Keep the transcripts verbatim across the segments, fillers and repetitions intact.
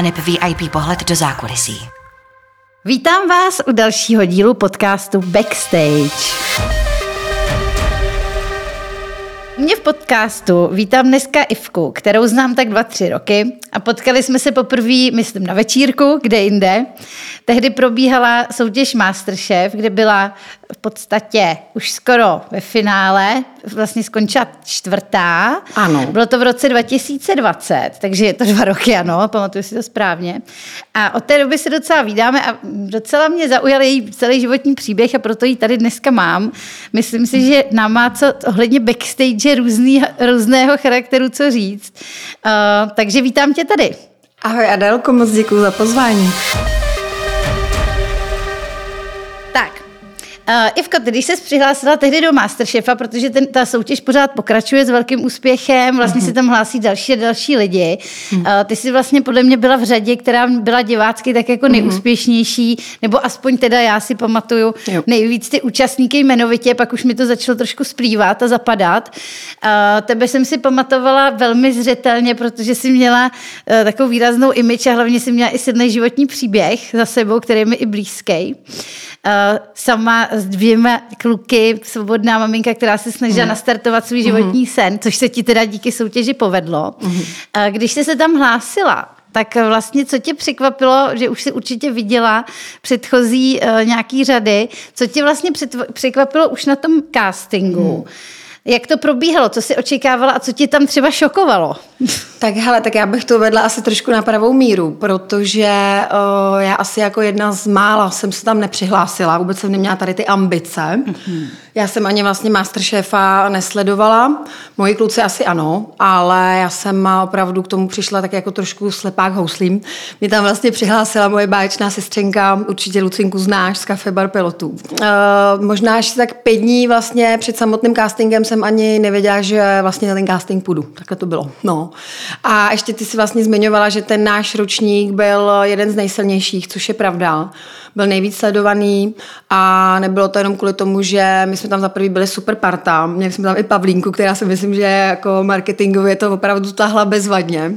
aneb V I P pohled do zákulisí. Vítám vás u dalšího dílu podcastu Backstage. Mě v podcastu vítám dneska Ivku, kterou znám tak dva, tři roky a potkali jsme se poprvé, myslím, na večírku, kde jinde. Tehdy probíhala soutěž Masterchef, kde byla v podstatě už skoro ve finále, vlastně skončila čtvrtá. Ano. Bylo to v roce dva tisíce dvacet, takže je to dva roky, ano, pamatuju si to správně. A od té doby se docela vídáme a docela mě zaujal její celý životní příběh a proto ji tady dneska mám. Myslím si, že nám má co ohledně backstage různý, různého charakteru co říct. Uh, takže vítám tě tady. Ahoj Adélko, moc děkuju za pozvání. Tak, uh, Ivko, ty když ses přihlásila tehdy do Masterchefa, protože ten, ta soutěž pořád pokračuje s velkým úspěchem, vlastně mm-hmm. se tam hlásí další a další lidi. Mm-hmm. Uh, ty jsi vlastně podle mě byla v řadě, která byla divácky tak jako nejúspěšnější, mm-hmm. nebo aspoň teda já si pamatuju jo. nejvíc ty účastníky jmenovitě, pak už mi to začalo trošku splývat a zapadat. Uh, tebe jsem si pamatovala velmi zřetelně, protože jsi měla uh, takovou výraznou image a hlavně jsi měla i silný životní příběh za sebou, který je mi i blízký. Uh, sama s dvěma kluky, svobodná maminka, která se snažila mm. nastartovat svůj životní mm. sen, což se ti teda díky soutěži povedlo. Mm. Uh, když jsi se tam hlásila, tak vlastně co tě překvapilo, že už si určitě viděla předchozí uh, nějaký řady, co tě vlastně překvapilo už na tom castingu? Mm. Jak to probíhalo? Co jsi očekávala a co tě tam třeba šokovalo? Tak hele, tak já bych to vedla asi trošku na pravou míru, protože uh, já asi jako jedna z mála jsem se tam nepřihlásila, vůbec jsem neměla tady ty ambice. Mm-hmm. Já jsem ani vlastně Masterchefa nesledovala, moji kluci asi ano, ale já jsem opravdu k tomu přišla tak jako trošku slepák houslím. Mě tam vlastně přihlásila moje báječná sestřenka, určitě Lucinku znáš z Café Bar Pilotů. Uh, možná ještě tak pět dní vlastně před samotným castingem jsem ani nevěděla, že vlastně na ten casting půjdu. Takhle to bylo. No. A ještě ty si vlastně zmiňovala, že ten náš ročník byl jeden z nejsilnějších, což je pravda. Byl nejvíc sledovaný a nebylo to jenom kvůli tomu, že my jsme tam za prvý byli super parta. Měli jsme tam i Pavlínku, která si myslím, že jako marketingově to opravdu tahla bezvadně.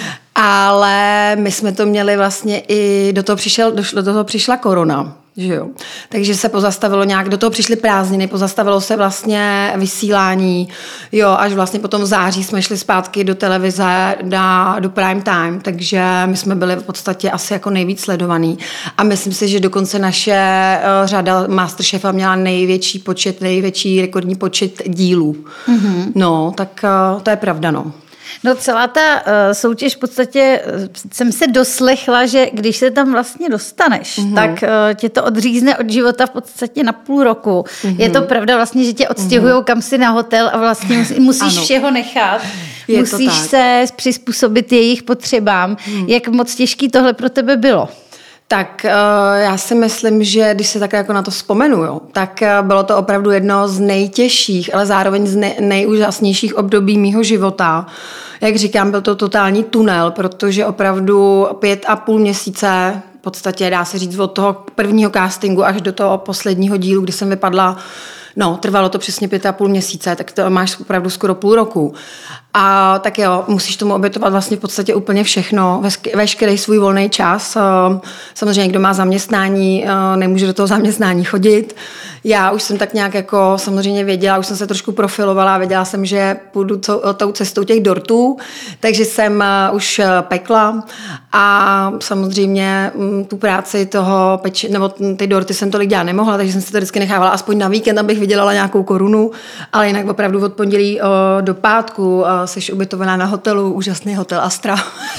Ale my jsme to měli vlastně i do toho, přišel, do toho přišla korona. Že jo. Takže se pozastavilo nějak, do toho přišly prázdniny, pozastavilo se vlastně vysílání, jo, až vlastně potom v září jsme šli zpátky do televize, na, do prime time, takže my jsme byli v podstatě asi jako nejvíc sledovaný a myslím si, že dokonce naše uh, řada Masterchefa měla největší počet, největší rekordní počet dílů. Mm-hmm. No, tak uh, to je pravda, no. No celá ta uh, soutěž v podstatě uh, jsem se doslechla, že když se tam vlastně dostaneš, mm-hmm. tak uh, tě to odřízne od života v podstatě na půl roku. Mm-hmm. Je to pravda vlastně, že tě odstěhujou mm-hmm. kam si na hotel a vlastně musí, musíš ano. všeho nechat. Je musíš se přizpůsobit jejich potřebám. Mm. Jak moc těžký tohle pro tebe bylo? Tak já si myslím, že když se tak jako na to vzpomenu, jo, tak bylo to opravdu jedno z nejtěžších, ale zároveň z nej, nejúžasnějších období mýho života. Jak říkám, byl to totální tunel, protože opravdu pět a půl měsíce, v podstatě dá se říct od toho prvního castingu až do toho posledního dílu, kdy jsem vypadla, no, trvalo to přesně pět a půl měsíce, tak to máš opravdu skoro půl roku. A tak jo, musíš tomu obětovat vlastně v podstatě úplně všechno, veškerý svůj volný čas. Samozřejmě, kdo má zaměstnání, nemůže do toho zaměstnání chodit. Já už jsem tak nějak jako samozřejmě věděla, už jsem se trošku profilovala, věděla jsem, že půjdu tou cestou těch dortů, takže jsem už pekla a samozřejmě tu práci toho peči, nebo ty dorty jsem tolik dělat nemohla, takže jsem si to vždycky nechávala aspoň na víkend, abych vydělala nějakou korunu, ale jinak opravdu od pondělí do pátku seš ubytovaná na hotelu, úžasný hotel Astra.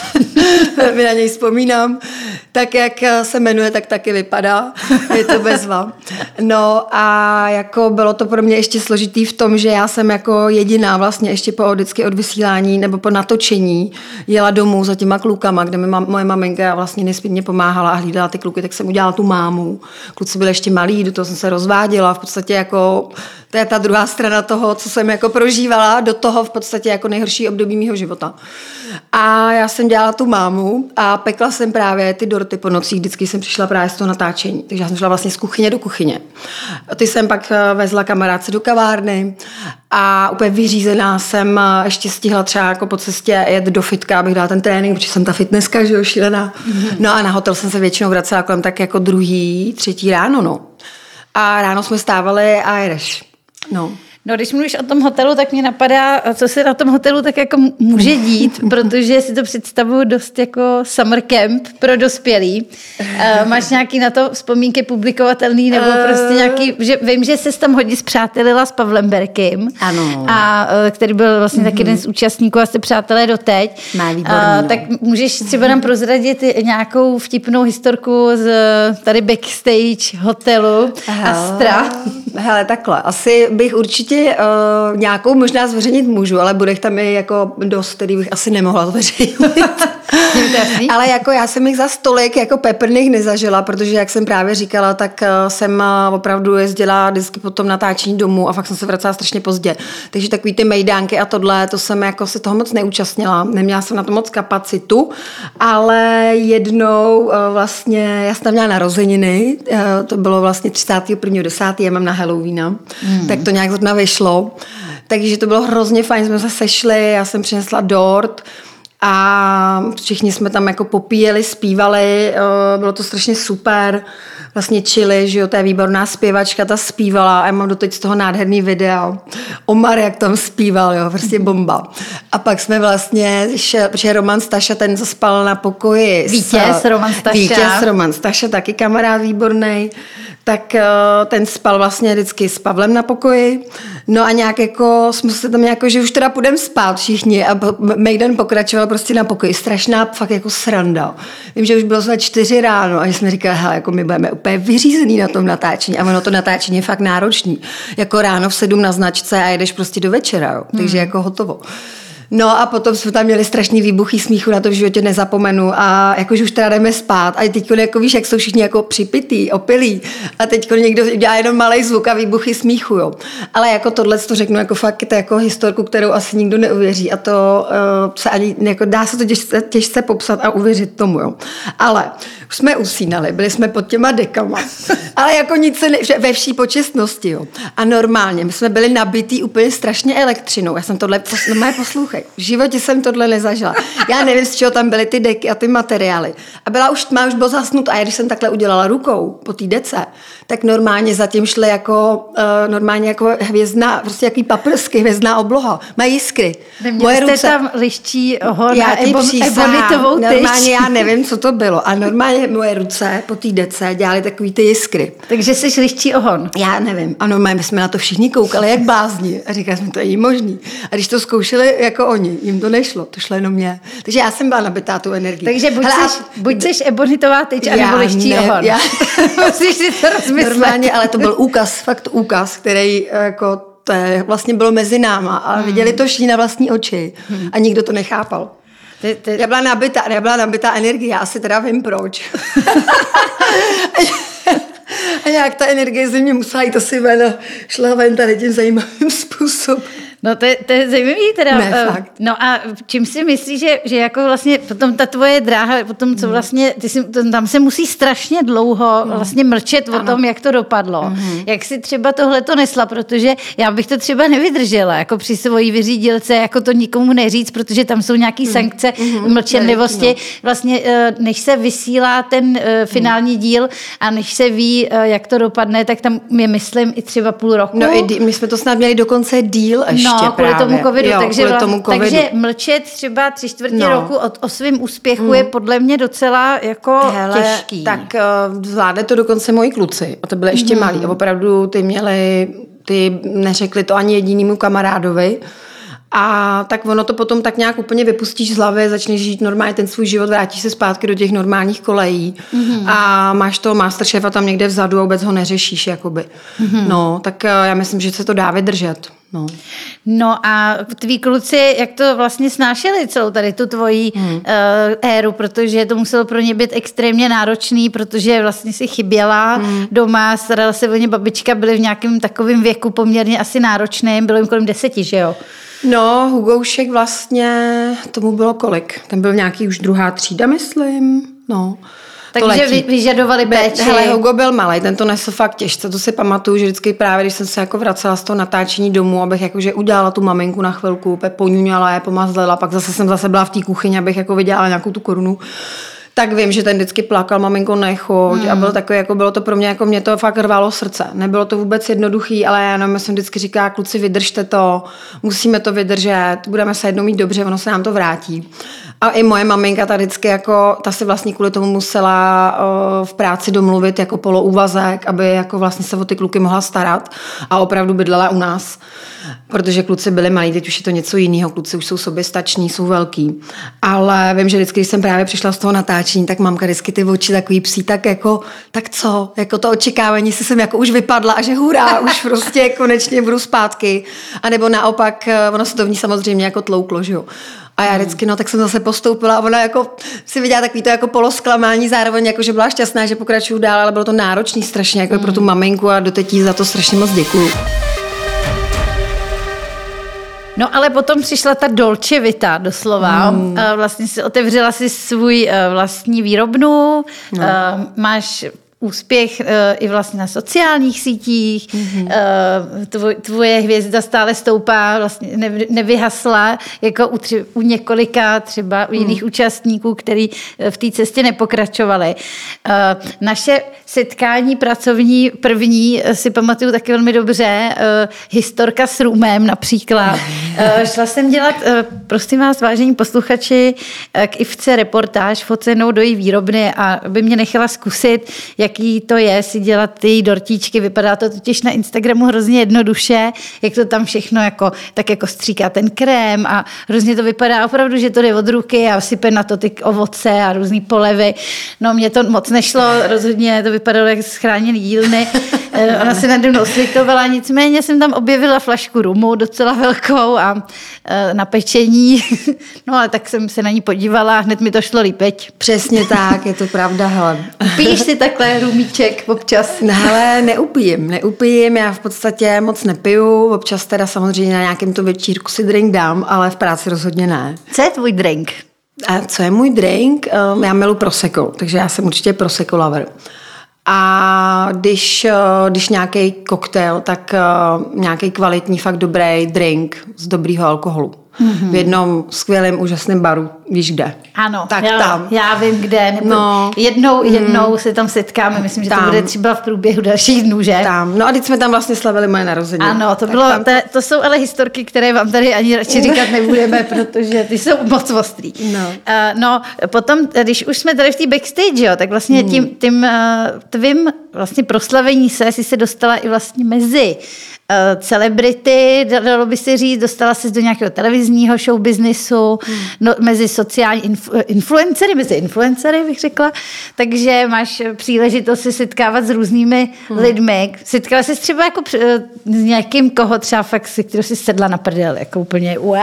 Mi na něj vzpomínám. Tak, jak se jmenuje, tak taky vypadá. Je to bezva. No a jako bylo to pro mě ještě složitý v tom, že já jsem jako jediná vlastně ještě po vždycky od vysílání nebo po natočení jela domů za těma klukama, kde mi ma- moje maminka vlastně nesmírně pomáhala a hlídala ty kluky, tak jsem udělala tu mámu. Kluci byli ještě malí, do toho jsem se rozváděla. V podstatě jako to je ta druhá strana toho, co jsem jako prožívala, do toho v podstatě jako nejhorší období mýho života. A já jsem dělala tu mámu a pekla jsem právě ty dorty po nocích, vždycky jsem přišla právě z toho natáčení. Takže já jsem šla vlastně z kuchyně do kuchyně. Ty jsem pak vezla kamarádce do kavárny a úplně vyřízená jsem ještě stihla třeba jako po cestě jet do fitka, abych dala ten trénink, protože jsem ta fitnesska, že jo, šílená. No a na hotel jsem se většinou vracela kolem tak jako druhý, třetí ráno, no. A ráno jsme stávali a jedeš, no. No, když mluvíš o tom hotelu, tak mě napadá, co se na tom hotelu tak jako může dít, protože si to představuju dost jako summer camp pro dospělý. Uh, máš nějaký na to vzpomínky publikovatelný, nebo uh, prostě nějaký, že vím, že se tam hodně zpřátelila s Pavlem Berkym, ano. A uh, který byl vlastně mm-hmm. taky jeden z účastníků a jste přátelé doteď. Má výborný, uh, no. Tak můžeš třeba nám prozradit nějakou vtipnou historku z tady backstage hotelu Astra? Hele, takhle, asi bych určitě Uh, nějakou možná zveřejnit můžu, ale bude tam i jako dost, který bych asi nemohla zveřejnit. Ale jako já jsem jich za stolik jako peprných nezažila, protože jak jsem právě říkala, tak uh, jsem uh, opravdu jezdila vždycky po tom natáčení domů a fakt jsem se vracela strašně pozdě. Takže takový ty mejdánky a tohle, to jsem jako se toho moc neúčastnila, neměla jsem na to moc kapacitu, ale jednou uh, vlastně, já jsem tam měla narozeniny, uh, to bylo vlastně třicátého prvního desátého já mám na Halloweena, mm. tak to nějak zrovna vyšlo. Takže to bylo hrozně fajn, jsme se sešli, já jsem přinesla dort a všichni jsme tam jako popíjeli, zpívali, bylo to strašně super, vlastně chili, že jo, to je výborná zpěvačka, ta zpívala a já mám doteď z toho nádherný video. Omar, jak tam zpíval, jo, prostě bomba. A pak jsme vlastně, protože Roman Staša, ten co spal na pokoji. Vítěz s, Roman Staša. Vítěz Roman Staša, taky kamarád výborný. Tak ten spal vlastně vždycky s Pavlem na pokoji. No a nějak jako jsme se tam jako, že už teda půjdeme spát všichni a Mejdan pokračoval prostě na pokoji. Strašná fakt jako sranda. Vím, že už bylo za čtyři ráno a že jsme říkali, hele, jako my budeme úplně vyřízený na tom natáčení a ono to natáčení je fakt náročný. Jako ráno v sedm na značce a jedeš prostě do večera, jo. Takže hmm. jako hotovo. No a potom jsme tam měli strašný výbuchy smíchu, na to v životě nezapomenu a jakože už teda jdeme spát a teď jako víš, jak jsou všichni jako připitý, opilí a teď někdo dělá jenom malej zvuk a výbuchy smíchu, jo. Ale jako tohle to řeknu jako fakt to jako historku, kterou asi nikdo neuvěří a to uh, se ani, jako dá se to těžce, těžce popsat a uvěřit tomu, jo. Ale už jsme usínali, byli jsme pod těma dekama, ale jako nic se ne, ve vší počestnosti, jo. A normálně, my jsme byli nabitý úplně strašně elektřinou, já jsem tohle no, poslouchej. V životě jsem tohle nezažila. Já nevím, z čeho tam byly ty deky a ty materiály. A byla už tma, už bylo zasnut a já, když jsem takhle udělala rukou po té dece, tak normálně zatím šly jako uh, normálně jako hvězdná, prostě jaký paprsky, hvězdná obloha. Mají jiskry. Moje ruce tam liští ohon já a ebonitovou tyč. Normálně já nevím, co to bylo. A normálně moje ruce po té dece dělaly takový ty jiskry. Takže jsi liští ohon. Já nevím. Ano, my jsme na to všichni koukali, jak blázni. A říkali jsme, to je možný. A když to zkoušeli jako oni, jim to nešlo, to šlo jenom mě. Takže já jsem byla nabitá tu energii. Takže buď, Hele, seš, a... buď seš ebonitová tyč, anebo liští ne, ohon. Já... Musíš si to rozmyslet. Normálně, ale to byl úkaz, fakt úkaz, který jako to je, vlastně bylo mezi náma a hmm. viděli to všichni na vlastní oči hmm. a nikdo to nechápal. Ty, ty... Já byla nabitá, já byla nabitá energie, já asi teda vím proč. A nějak ta energie ze mě musela jít asi ven a šla ven tady tím zajímavým způsobem. No to je, to je zajímavý teda. Ne, fakt. No a čím si myslíš, že, že jako vlastně potom ta tvoje dráha, potom co vlastně, ty si, tam se musí strašně dlouho vlastně mlčet ano. o tom, jak to dopadlo. Mm-hmm. Jak si třeba tohleto nesla, protože já bych to třeba nevydržela, jako při svojí vyřídilce, jako to nikomu neříct, protože tam jsou nějaký sankce mm-hmm. mlčenlivosti. No. Vlastně než se vysílá ten finální díl a než se ví, jak to dopadne, tak tam je myslím i třeba půl roku. No i my jsme to snad měli dokonce díl ještě. No, kvůli právě. tomu covidu, jo, takže, kvůli tomu covidu. takže mlčet třeba tři čtvrtě no. roku o, o svém úspěchu hmm. je podle mě docela jako Hele, těžký. Tak uh, zvládli to dokonce moji kluci a to byly ještě hmm. malí a opravdu ty měli, ty neřekli to ani jedinému kamarádovi. A tak ono to potom tak nějak úplně vypustíš z hlavy, začneš žít normálně ten svůj život, vrátíš se zpátky do těch normálních kolejí mm-hmm. a máš toho masterchefa tam někde vzadu a vůbec ho neřešíš, jakoby. Mm-hmm. No, tak já myslím, že se to dá vydržet. No. no a tví kluci, jak to vlastně snášeli celou tady tu tvoji mm. uh, éru, protože to muselo pro ně být extrémně náročný, protože vlastně si chyběla mm. doma, starala se o ně babička, byly v nějakém takovém věku poměrně asi náročným, bylo jim kolem deseti, že jo? No, Hugoušek vlastně, tomu bylo kolik? Ten byl nějaký už druhá třída, myslím, no. Takže vy, vyžadovali péči. Hele, Hugo byl malej, ten to nesl fakt těžce, to si pamatuju, že vždycky právě, když jsem se jako vracela z toho natáčení domů, abych jakože udělala tu maminku na chvilku, poňuňala je, pomazlela, pak zase jsem zase byla v té kuchyni, abych jako vydělala nějakou tu korunu. Tak vím, že ten vždycky plakal, maminko, nechoď. Hmm. A bylo takový, jako bylo to pro mě, jako mě to fakt rvalo srdce. Nebylo to vůbec jednoduchý, ale já jenom jsem vždycky říkala, kluci, vydržte to, musíme to vydržet, budeme se jednou mít dobře, ono se nám to vrátí. A i moje maminka ta vždycky jako, ta si vlastně kvůli tomu musela uh, v práci domluvit jako poloúvazek, aby jako vlastně se o ty kluky mohla starat a opravdu bydlela u nás. Protože kluci byli malí, teď už je to něco jiného, kluci už jsou soběstační, jsou velký. Ale vím, že vždycky, když jsem právě přišla z toho natáčení, tak mamka vždycky ty oči takový psí, tak jako, tak co, jako to očekávání, si jsem jako už vypadla a že hurá, už prostě konečně budu zpátky. A nebo naopak, ono se to v ní samozřejmě jako tlouklo, že jo. A já vždycky, no tak jsem zase postoupila a ona jako si viděla takový to jako polosklamání, zároveň jako, že byla šťastná, že pokračuju dál, ale bylo to náročný strašně jako mm. pro tu maminku a doteď jí za to strašně moc děkuju. No ale potom přišla ta Dolce Vita doslova. Mm. Vlastně si otevřela si svůj vlastní výrobnu, no. Máš úspěch uh, i vlastně na sociálních sítích, mm-hmm. uh, tvoj, tvoje hvězda stále stoupá, vlastně nevy, nevyhasla, jako u, tři, u několika třeba u jiných mm. účastníků, který v té cestě nepokračovali. Uh, naše setkání pracovní první si pamatuju taky velmi dobře, uh, historka s rumem například. Uh, šla jsem dělat, uh, prosím vás, vážení posluchači, uh, k Ivce reportáž focenou do její výrobny a by mě nechala zkusit, jaký to je si dělat ty dortíčky. Vypadá to totiž na Instagramu hrozně jednoduše, jak to tam všechno jako, tak jako stříká ten krém a hrozně to vypadá opravdu, že to jde od ruky a sype na to ty ovoce a různý polevy. No mně to moc nešlo, rozhodně to vypadalo jak z chráněný dílny. Ona se nade mnou slitovala, nicméně jsem tam objevila flašku rumu docela velkou a na pečení. No ale tak jsem se na ní podívala a hned mi to šlo lípeť. Přesně tak, je to pravda, hele. Píš si takhle rumíček občas? No, hele, neupijím, neupijím, já v podstatě moc nepiju, občas teda samozřejmě na nějakém to večírku si drink dám, ale v práci rozhodně ne. Co je tvůj drink? A co je můj drink? Já miluji prosecco, takže já jsem určitě prosecco lover. A když, když nějaký koktejl, tak nějaký kvalitní, fakt dobrý drink z dobrýho alkoholu. Mm-hmm. V jednom skvělém, úžasném baru, víš kde. Ano, tak já, tam. já vím kde. Nebo no, jednou, jednou mm, se tam setkáme, myslím, že tam. To bude třeba v průběhu dalších dnů, že? Tam. No a teď jsme tam vlastně slavili moje narozeniny. Ano, to, bylo, to, to jsou ale historky, které vám tady ani radši říkat nebudeme, protože ty jsou moc ostrý. No. Uh, no, potom, když už jsme tady v té backstage, jo, tak vlastně mm. tím, tím uh, tvým vlastně proslavení se, si se dostala i vlastně mezi Uh, celebrity, dalo by se říct, dostala se do nějakého televizního show businessu, hmm. no, mezi sociální influ, influencery, mezi influencery bych řekla, takže máš příležitost se setkávat s různými hmm. lidmi. Setkala jsi třeba jako s někým, koho třeba fakt si, kterou si sedla na prdel, jako úplně wow.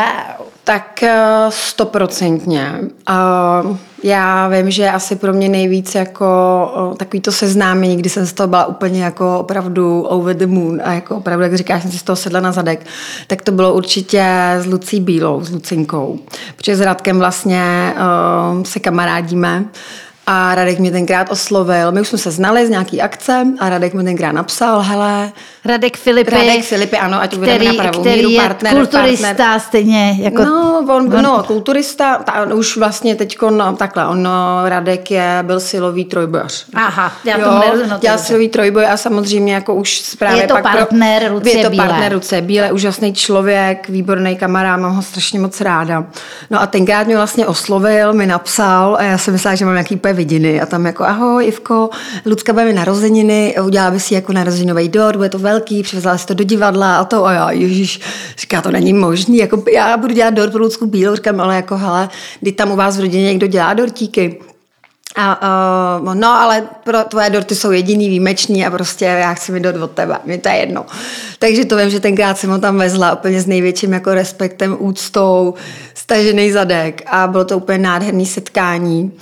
Tak stoprocentně. Uh, já vím, že asi pro mě nejvíc jako uh, takový to seznámení, kdy jsem z toho byla úplně jako opravdu over the moon a jako opravdu, jak říkáš, jsem si z toho sedla na zadek, tak to bylo určitě s Lucí Bílou, s Lucinkou. Protože s Radkem vlastně uh, se kamarádíme. A Radek mě tenkrát oslovil. My už jsme se znali z nějaký akce a Radek mi tenkrát napsal, hele... Radek Filipy. Radek Filipy, ano, ať uvedeme na pravou který míru, je partner, kulturista partner. stejně. Jako... No, on, on, no, kulturista, ta, už vlastně teďko, no, takhle, on, no, Radek je, byl silový trojbojař. Aha, já jo, tomu nerozumím. Dělal silový trojboj a samozřejmě jako už právě je to pak partner pro, Lucie Je to Bílé. partner Lucie Bílé, úžasný člověk, výborný kamarád, mám ho strašně moc ráda. No a tenkrát mě vlastně oslovil, mi napsal a já jsem myslela, že mám nějaký úplně vidiny a tam jako ahoj Ivko, Lucka bude mi narozeniny, udělala by si jako narozeninový dort, bude to velký, přivezla si to do divadla a to a já, ježiš, říká, to není možný, jako já budu dělat dort pro Lucku Bílou, říkám, ale jako hele, kdy tam u vás v rodině někdo dělá dortíky. A, uh, no, ale pro tvoje dorty jsou jediný, výjimečný a prostě já chci mi dort od tebe, mi to je jedno. Takže to vím, že tenkrát jsem ho tam vezla úplně s největším jako respektem, úctou, stažený zadek a bylo to úplně nádherný setkání.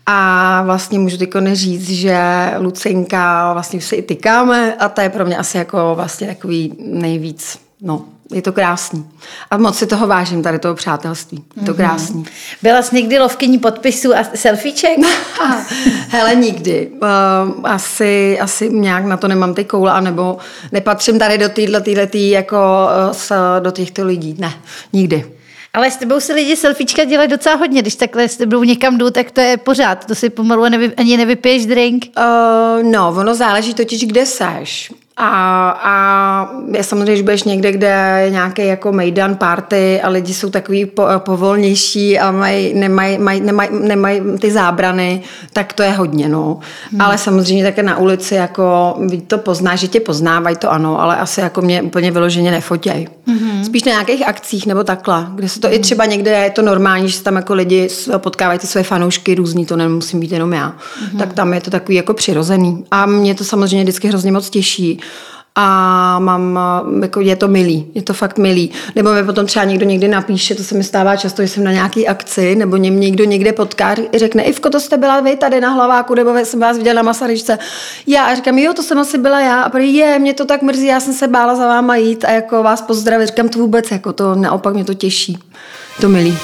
A vlastně můžu teďko neříct, že Lucinka vlastně už se i tykáme a ta je pro mě asi jako vlastně takový nejvíc, no, Je to krásný. A moc si toho vážím, tady toho přátelství. Je to krásný. Mm-hmm. Byla jsi někdy lovkyní podpisů a selfieček? Hele, nikdy. Uh, asi, asi nějak na to nemám ty koule, anebo nepatřím tady do téhle, týhletý, jako uh, s, do těchto lidí. Ne, nikdy. Ale s tebou se lidi selfiečka dělají docela hodně. Když takhle s tebou někam jdu, tak to je pořád. To si pomalu nevy, ani nevypiješ drink. Uh, no, ono záleží totiž, kde seš. A, a je samozřejmě, že budeš někde, kde je nějaký jako mejdan, party a lidi jsou takový po, povolnější a maj, nemají maj, nemaj, nemaj ty zábrany, tak to je hodně, no. Hmm. Ale samozřejmě také na ulici, jako to pozná, že tě poznávají, to ano, ale asi jako mě úplně vyloženě nefotěj. Hmm. Spíš na nějakých akcích nebo takhle, kde se to hmm. i třeba někde je to normální, že se tam jako lidi potkávají ty své fanoušky různý, to nemusím být jenom já. Hmm. Tak tam je to takový jako přirozený. A mě to samozřejmě vždycky hrozně moc těší. A mám, jako je to milý, je to fakt milý. Nebo mi potom třeba někdo někdy napíše, to se mi stává často, že jsem na nějaký akci, nebo mě někdo někde potká, řekne, Ivko, to jste byla vy tady na Hlaváku, nebo jsem vás viděla na Masaryčce. Já a říkám, jo, to jsem asi byla já. A prý, je, mě to tak mrzí, já jsem se bála za váma jít a jako vás pozdravit. Říkám, to vůbec, jako to naopak mě to těší. To milý.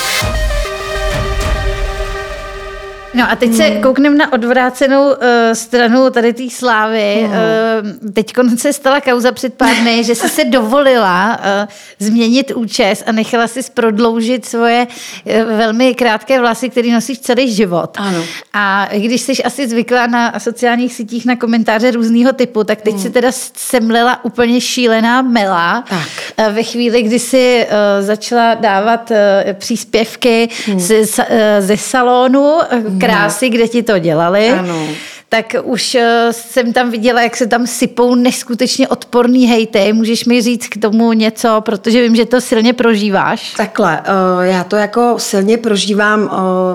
No a teď se koukneme na odvrácenou uh, stranu tady té slávy. Mm. Uh, teď se stala kauza před pár dny, že jsi se dovolila uh, změnit účes a nechala si prodloužit svoje uh, velmi krátké vlasy, které nosíš celý život. Ano. A když jsi asi zvyklá na sociálních sítích na komentáře různého typu, tak teď mm. si teda semlela úplně šílená Mela. Tak. Uh, ve chvíli, kdy jsi uh, začala dávat uh, příspěvky mm. z, uh, ze salonu, mm. krásy, kde ti to dělali, ano. Tak už jsem tam viděla, jak se tam sypou neskutečně odporný hejty. Můžeš mi říct k tomu něco, protože vím, že to silně prožíváš. Takhle, já to jako silně prožívám,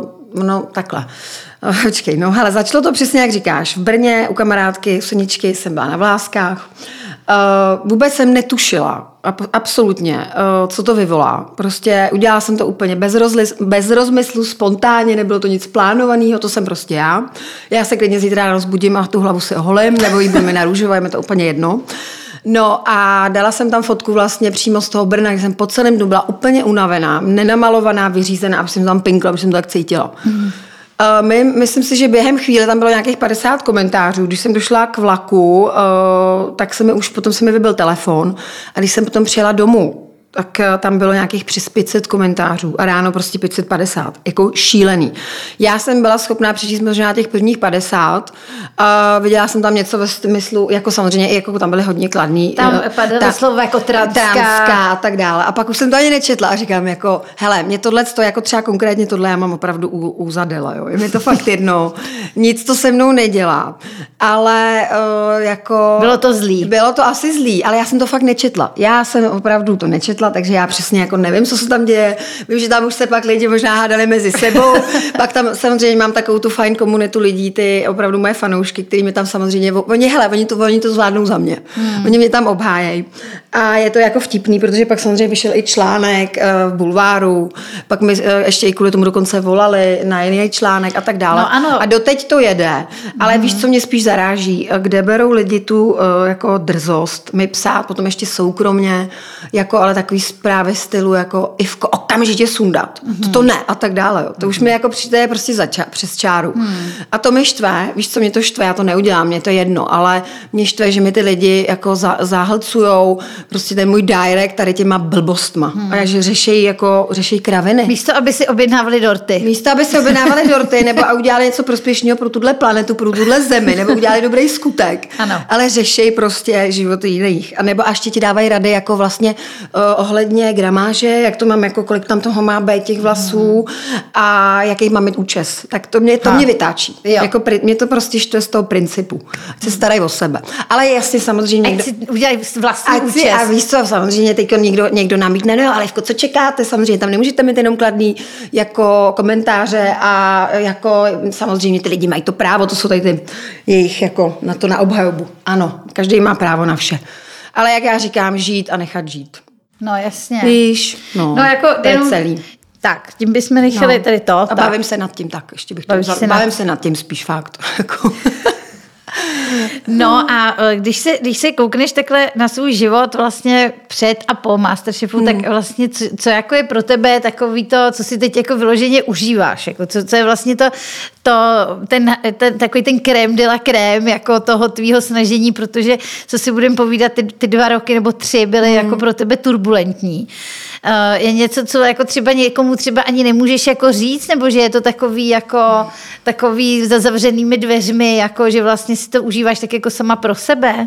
no takhle. Počkej, no hele, začalo to přesně, jak říkáš. V Brně u kamarádky Soničky jsem byla na Vláskách. Uh, vůbec jsem netušila, absolutně, uh, co to vyvolá. Prostě udělala jsem to úplně bez, rozlis, bez rozmyslu, spontánně, nebylo to nic plánovaného, to jsem prostě já. Já se klidně zítra rozbudím a tu hlavu si oholím, nebo jí budeme na růžovo, je mi to úplně jedno. No a dala jsem tam fotku vlastně přímo z toho Brna, kde jsem po celém dnu byla úplně unavená, nenamalovaná, vyřízená, aby jsem tam pinkla, aby jsem to tak cítila. Mm. Uh, my, myslím si, že během chvíle tam bylo nějakých padesát komentářů. Když jsem došla k vlaku, uh, tak se mi už potom se mi vybil telefon a když jsem potom přijela domů, tak tam bylo nějakých přes pět set komentářů a ráno prostě pět set padesát. Jako šílený. Já jsem byla schopná přečíst možná těch prvních padesát. Uh, viděla jsem tam něco ve smyslu, jako samozřejmě, jako tam byly hodně kladný. Tam padaly ta, slova jako transká. Transká a tak dále. A pak už jsem to ani nečetla a říkám jako, hele, mě tohle, to jako třeba konkrétně tohle já mám opravdu u, u zadela, jo. Je mi to fakt jedno. Nic to se mnou nedělá. Ale uh, jako... Bylo to zlý. Bylo to asi zlý, ale já jsem to fakt nečetla. Já jsem opravdu to nečetla, takže já přesně jako nevím, co se tam děje. Vím, že tam už se pak lidi možná hádali mezi sebou. Pak tam samozřejmě mám takovou tu fajn komunitu lidí, ty opravdu moje fanoušky, který mi tam samozřejmě, oni, hele, oni to, oni to zvládnou za mě. Hmm. Oni mě tam obhájejí. A je to jako vtipný, protože pak samozřejmě vyšel i článek uh, v Bulváru, pak mi uh, ještě i kvůli tomu dokonce volali na jiný článek a tak dále. No, ano. A doteď to jede. Ale hmm. víš, co mě spíš zaráží? Kde berou lidi tu uh, jako drzost mi psát, potom ještě soukromně, jako ale takový zprávy stylu jako Ivko, okamžitě sundat. Mm-hmm. To, to ne a tak dále. Jo. To už mi jako přijde prostě za ča- přes čáru. Mm. A to mi štve, víš, co mě to štve, já to neudělám, mě to je jedno, ale mě štve, že mi ty lidi jako za- zahlcujou prostě ten můj direct tady těma blbostma. Mm. A že řešejí jako, řešejí kraviny. Místo, aby si objednávali dorty. Místo, aby si objednávali dorty, nebo a udělali něco prospěšného pro tuhle planetu, pro tuhle zemi, nebo udělali dobrý skutek. Ano. Ale řešejí prostě životy jiných. A nebo až ti dávají rady jako vlastně uh, ohledně gramáže, jak to mám, jako kolik tam toho má být těch vlasů a jaký má mít účes. Tak to mě, to mě vytáčí. Jako, mě to prostě štve z toho principu. Ať se starají o sebe. Ale jasně samozřejmě... Ať si udělají vlastní účes. Si, a víš co, samozřejmě teď někdo, někdo namítne, no ale co čekáte, samozřejmě tam nemůžete mít jenom kladný jako komentáře a jako samozřejmě ty lidi mají to právo, to jsou tady ty jejich jako na to na obhajobu. Ano, každý má právo na vše. Ale jak já říkám, žít a nechat žít. No jasně. Víš, no, no jako, to je jenom, celý. Tak, tím bychom nechali no. tady to. A tak. bavím se nad tím tak, ještě bych to Bavím, vzal, se, bavím nad... se nad tím spíš fakt. No a když se, když se koukneš takhle na svůj život vlastně před a po Masterchefu, hmm. tak vlastně co, co jako je pro tebe takový to, co si teď jako vyloženě užíváš, jako co, co je vlastně to, to ten, ten, takový ten krém de la krém jako toho tvýho snažení, protože co si budeme povídat, ty, ty dva roky nebo tři byly hmm. jako pro tebe turbulentní. Uh, je něco, co jako třeba někomu třeba ani nemůžeš jako říct, nebo že je to takový jako takový za zavřenými dveřmi, jako že vlastně si to užíváš tak jako sama pro sebe?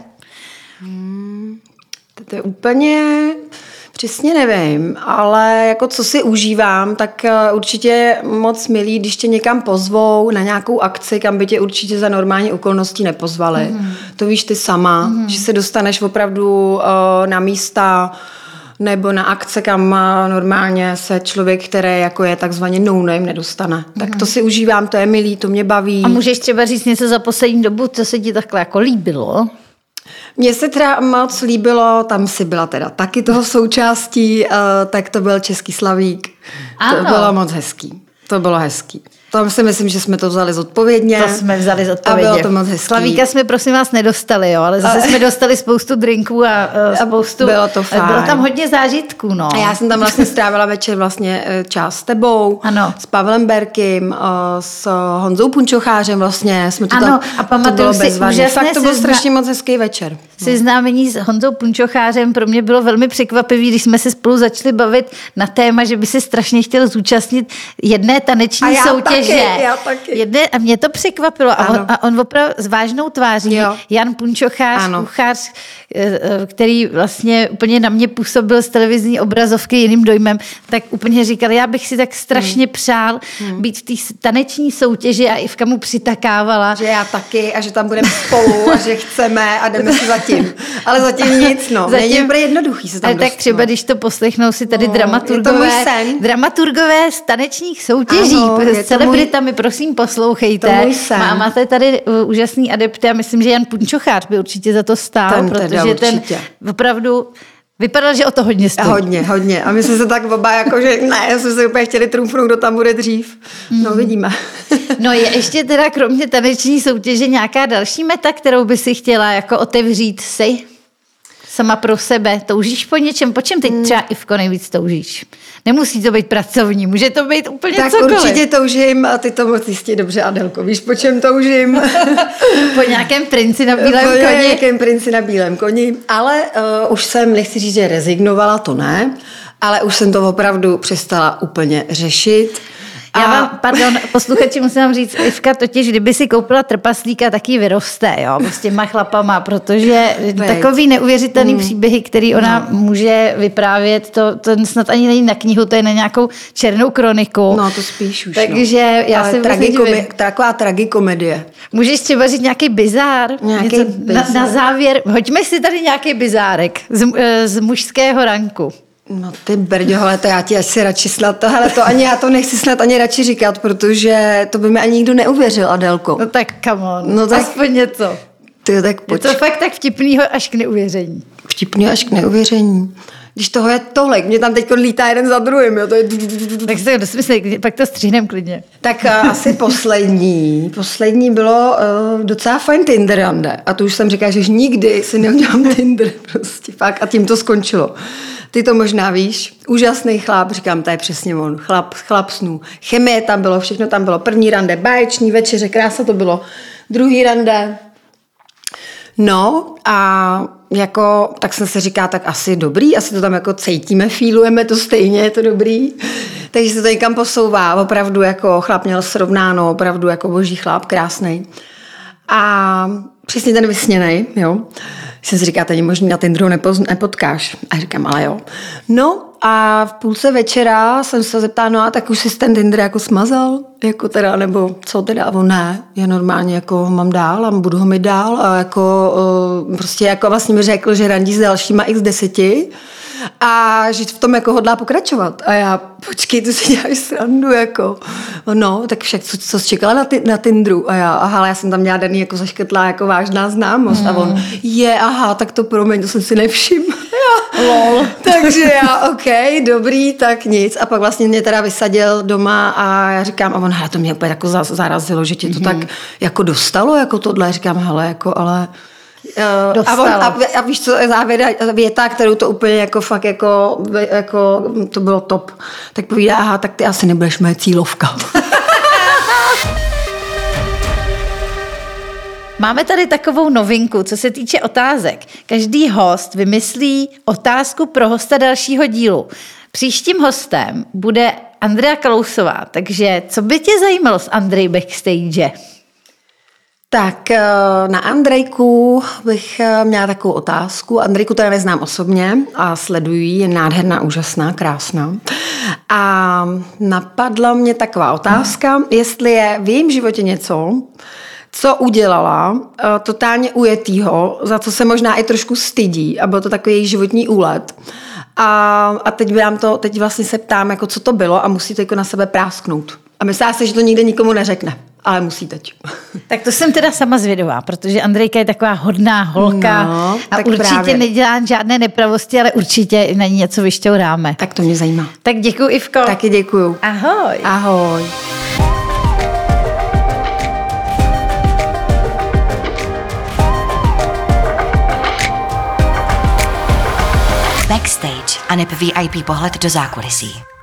Hmm, to je úplně... Přesně nevím, ale jako co si užívám, tak určitě moc milý, když tě někam pozvou na nějakou akci, kam by tě určitě za normální okolností nepozvali. Mm. To víš ty sama, mm. že se dostaneš opravdu uh, na místa nebo na akce, kam normálně se člověk, který jako je takzvaně no-name, nedostane. Mm. Tak to si užívám, to je milý, to mě baví. A můžeš třeba říct něco za poslední dobu, co se ti takhle jako líbilo? Mně se teda moc líbilo, tam si byla teda taky toho součástí, uh, tak to byl Český Slavík. Ano. To bylo moc hezký. To bylo hezký. Tam si myslím, že jsme to vzali zodpovědně. To jsme vzali zodpovědně. A bylo to moc hezký. Slavíka jsme prosím vás nedostali, jo, ale zase a... jsme dostali spoustu drinků a uh, spoustu... Bylo to fajn. Bylo tam hodně zážitků, no. A já jsem tam vlastně strávila večer vlastně čas s tebou, ano. s Pavlem Berkym, s Honzou Punčochářem vlastně. Jsme to ano, tam, a pamatuju si úžasné... Fakt to byl strašně moc hezký večer. Seznámení s Honzou Punčochářem pro mě bylo velmi překvapivý, když jsme se spolu začali bavit na téma, že by se strašně chtěl zúčastnit jedné taneční a já soutěže. Taky, já taky. Jedné, a mě to překvapilo. A on, a on opravdu s vážnou tváří, jo. Jan Punčochář, kuchař, který vlastně úplně na mě působil z televizní obrazovky jiným dojmem, tak úplně říkal, já bych si tak strašně hmm. přál hmm. být v té taneční soutěži a Ivka mu přitakávala. Že já taky a že tam budeme spolu a že chceme a jdeme si zatím. Ale zatím nic, no. Zatím, není úplně jednoduchý se tam dostat. Tak třeba, když to poslechnou si tady no, dramaturgové, dramaturgové z tanečních soutěží ano, s celebritami, můj... prosím poslouchejte. Má, máte tady uh, úžasný adepty a myslím, že Jan Punčochář by určitě za to stál, ten protože že ten opravdu vypadal, že o to hodně stojí. Hodně, hodně. A my jsme se tak oba jako, že ne, jsme se úplně chtěli trumfnout, kdo tam bude dřív. Mm. No, vidíme. No je ještě teda kromě taneční soutěže nějaká další meta, kterou by si chtěla jako otevřít si sama pro sebe? Toužíš po něčem? Po čem teď třeba, Ivko, nejvíc toužíš? Nemusí to být pracovní, může to být úplně tak cokoliv. Tak určitě toužím a ty to moc jistě dobře, Adelko. Víš, po čem toužím? Po nějakém princi na bílém po koni. Po nějakém princi na bílém koni. Ale uh, už jsem, nechci říct, že rezignovala, to ne, ale už jsem to opravdu přestala úplně řešit. Já vám, pardon, posluchači, musím vám říct, Ivka totiž, kdyby si koupila trpaslíka, tak ji vyroste, jo, s těma chlapama, protože Bejt. takový neuvěřitelný mm. příběhy, který ona no. může vyprávět, to, to snad ani není na knihu, to je na nějakou černou kroniku. No, to spíš už, Takže no. já si tragikomi- taková tragikomedie. Můžeš třeba říct nějaký bizár? Nějaký bizár. Na, na závěr, hoďme si tady nějaký bizárek z, z mužského ranku. No ty brďo, hele, to já ti asi radši snad to, hele, to ani já to nechci snad ani radši říkat, protože to by mi ani nikdo neuvěřil, Adelko. No tak come on, no tak, aspoň něco. Ty, tak pojď. Je to fakt tak vtipnýho až k neuvěření. Vtipný až k neuvěření. Když toho je tolik, mě tam teď lítá jeden za druhým, jo, to je... Tak se to dosmyslí, pak to stříhnem klidně. Tak uh, asi poslední, poslední bylo uh, docela fajn Tinder rande. A to už jsem říkala, že už nikdy si neudělám Tinder, prostě fakt. A tím to skončilo. Ty to možná víš, úžasný chlap, říkám, to je přesně on, chlap, chlap snů. Chemie tam bylo, všechno tam bylo, první rande, báječní večeře, krása to bylo, druhý rande. No a jako, tak jsem se říká, tak asi dobrý, asi to tam jako cítíme, fílujeme to stejně, je to dobrý. Takže se to někam posouvá, opravdu jako chlap měl srovnáno, opravdu jako boží chlap, krásnej. A přesně ten vysněnej, jo. Jsem si říká, tady možná na Tinderu nepotkáš. A říkám, ale jo. No a v půlce večera jsem se zeptala, no a tak už jsi ten Tinder jako smazal? Jako teda, nebo co teda? A on ne, já normálně jako ho mám dál a budu ho mít dál. A jako prostě jako vlastně mi řekl, že randí s dalšíma x deseti a že v tom jako hodlá pokračovat. A já, počkej, tu si děláš srandu, jako. No, tak však, co, co jsi čekala na, ty, na Tinderu? A já, aha, ale já jsem tam měla daný jako zaškrtlá jako vážná známost. Hmm. A on, je, aha, tak to promiň, to jsem si nevšiml. Lol. Takže já, OK, dobrý, tak nic. A pak vlastně mě teda vysadil doma a já říkám, a on, hele, to mě úplně jako zarazilo, že tě to mm-hmm. tak jako dostalo, jako tohle. Říkám, hele, jako, ale... Uh, a, on, a, a víš co, závěr, věta, kterou to úplně jako fakt jako, jako to bylo top. Tak povídá, aha, tak ty asi nebudeš moje cílovka. Máme tady takovou novinku, co se týče otázek. Každý host vymyslí otázku pro hosta dalšího dílu. Příštím hostem bude Andrea Kalousová, takže co by tě zajímalo z Andrej backstage? Tak na Andrejku bych měla takovou otázku. Andrejku teda neznám osobně a sleduji, je nádherná, úžasná, krásná. A napadla mě taková otázka, jestli je v jejím životě něco, co udělala uh, totálně ujetýho, za co se možná i trošku stydí a byl to takový její životní úlet. A, a teď, vám to, teď vlastně se ptám, jako co to bylo a musí to jako na sebe prásknout. A myslím si, že to nikdy nikomu neřekne, ale musí teď. Tak to jsem teda sama zvědová, protože Andrejka je taková hodná holka no, a určitě právě nedělá žádné nepravosti, ale určitě na ní něco vyšťouráme. Tak to mě zajímá. Tak děkuji, Ivko. Taky děkuju. Ahoj. Ahoj. Backstage a neb V I P pohled do zákulisí.